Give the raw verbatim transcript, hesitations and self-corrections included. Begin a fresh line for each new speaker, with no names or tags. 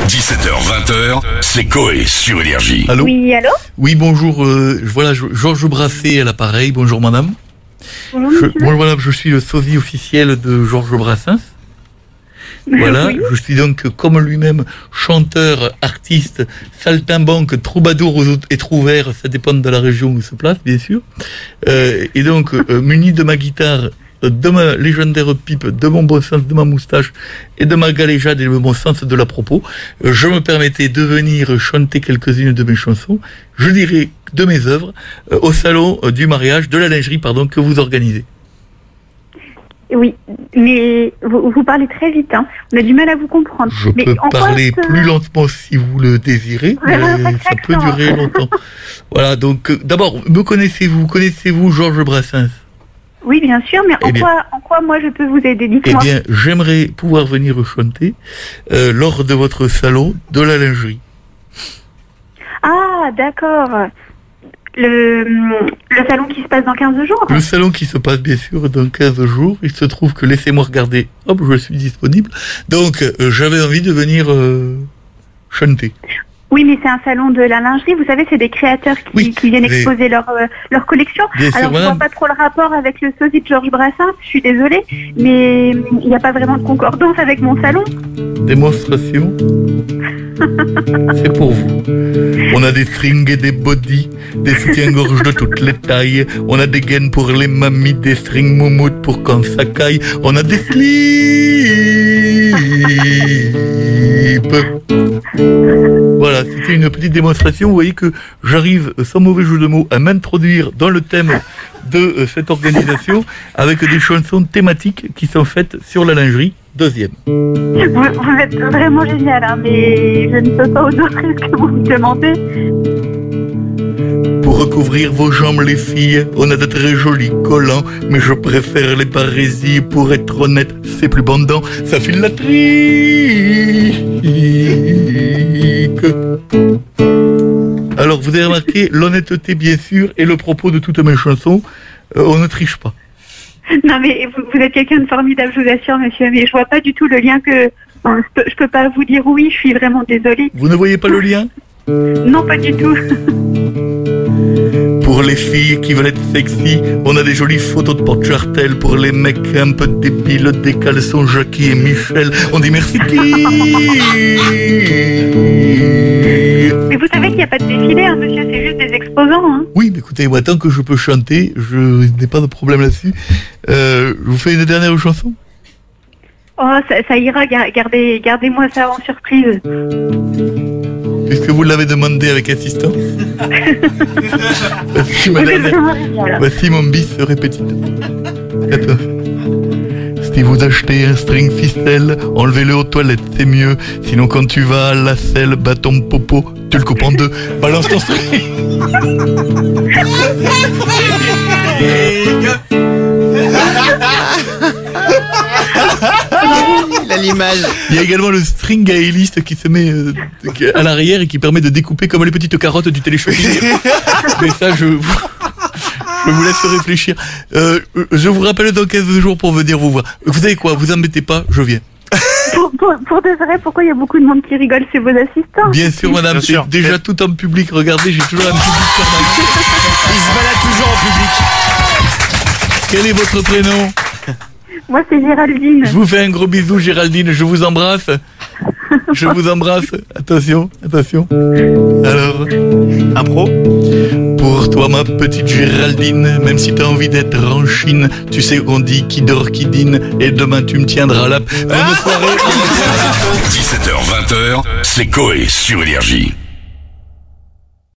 dix-sept heures vingt, c'est Coé sur Énergie.
Allô ?
Oui, allô ?
Oui, bonjour. Euh, voilà, Georges Brassens à l'appareil. Bonjour, madame.
Bonjour,
Je,
monsieur.
bonjour, madame. Je suis le sosie officiel de Georges Brassens. Voilà,
Oui.
je suis donc, comme lui-même, chanteur, artiste, saltimbanque, troubadour et trouvère, ça dépend de la région où il se place, bien sûr. Euh, et donc, euh, muni de ma guitare, de ma légendaire pipe, de mon bon sens, de ma moustache et de ma galéjade et de mon sens de la propos, euh, je me permettais de venir chanter quelques-unes de mes chansons, je dirais de mes œuvres, euh, au salon euh, du mariage, de la lingerie, pardon, que vous organisez.
Oui, mais vous, vous parlez très vite, hein. On a du mal à vous comprendre.
Je
mais
peux
en quoi
parler
ce-
plus lentement si vous le désirez, mais
Vraiment, pas de
ça peut
accent.
durer longtemps. Voilà, donc euh, d'abord, me connaissez-vous Connaissez-vous Georges Brassens?
Oui, bien sûr, mais en
Eh bien.
quoi, en quoi moi je peux vous aider?
Eh
Dites-moi.
bien, j'aimerais pouvoir venir chanter euh, lors de votre salon de la lingerie.
Ah, d'accord. Le, le salon qui se passe dans quinze jours?
Le salon qui se passe bien sûr dans quinze jours, il se trouve que, laissez-moi regarder, hop, je suis disponible. Donc, euh, j'avais envie de venir euh, chanter.
Oui, mais c'est un salon de la lingerie. Vous savez, c'est des créateurs qui,
Oui,
qui viennent
mais-
exposer leur, euh, leur collection.
Bien sûr,
Alors, je vois
madame.
pas trop le rapport avec le sosie de Georges Brassens. Je suis désolée, mais il n'y a pas vraiment de concordance avec mon salon.
Démonstration. C'est pour vous. On a des strings et des bodys, des soutiens-gorge de toutes les tailles. On a des gaines pour les mamies, des strings moumoutes pour quand ça caille. On a des slips. Voilà, c'était une petite démonstration. Vous voyez que j'arrive, sans mauvais jeu de mots, à m'introduire dans le thème de euh, cette organisation avec des chansons thématiques qui sont faites sur la lingerie. Deuxième.
Vous, vous êtes vraiment génial, hein, mais je ne peux pas oser ce que vous me demandez.
Pour recouvrir vos jambes, les filles, on a de très jolis collants, mais je préfère les parésies. Pour être honnête, c'est plus bandant, ça file la trique. Alors, vous avez remarqué l'honnêteté, bien sûr, et le propos de toutes mes chansons. Euh, on ne triche pas.
Non, mais vous, vous êtes quelqu'un de formidable, je vous assure, monsieur, mais je vois pas du tout le lien que... Bon, je, peux, je peux pas vous dire oui, je suis vraiment désolée.
Vous ne voyez pas le lien?
Non, pas du tout.
Pour les filles qui veulent être sexy, on a des jolies photos de porte-chartel. Pour les mecs un peu débiles, des caleçons Jackie et Michel. On dit merci.
Mais vous savez qu'il n'y a pas de défilé, hein, monsieur, c'est juste des exposants, hein.
Oui, mais écoutez, moi, tant que je peux chanter, je n'ai pas de problème là-dessus. Euh, je vous fais une dernière chanson.
Oh, ça, ça ira, gar- gardez, gardez-moi ça en surprise.
Puisque vous l'avez demandé avec insistance. Voici, ma
Vous êtes
dernière-
vraiment génial.
Voici mon bis répétite. Attends. Si vous achetez un string ficelle, enlevez-le aux toilettes, c'est mieux. Sinon, quand tu vas à la selle, bah ton popo, tu le coupes en deux. Balance ton string.
Il a l'image.
Il y a également le string à hélice qui se met euh, à l'arrière et qui permet de découper comme les petites carottes du téléshopping. Mais ça, je vous, je vous laisse réfléchir. Euh, je vous rappelle dans quinze jours pour venir vous voir. Vous savez quoi, vous embêtez pas, je viens.
Pour, pour, pour de vrai, pourquoi il y a beaucoup de monde qui rigole, c'est vos assistants?
Bien sûr, madame,
Bien
c'est
sûr.
déjà tout en public. Regardez, j'ai toujours un public permanent.
Il se balade toujours en public.
Quel est votre prénom?
Moi, c'est Géraldine.
Je vous fais un gros bisou, Géraldine. Je vous embrasse. Je vous embrasse. Attention, attention. Alors,
Impro.
pour toi, ma petite Géraldine, même si t'as envie d'être en Chine, tu sais qu'on dit qui dort, qui dîne, et demain tu me tiendras la... Bonne soirée.
dix-sept heures vingt, c'est Coé sur Énergie.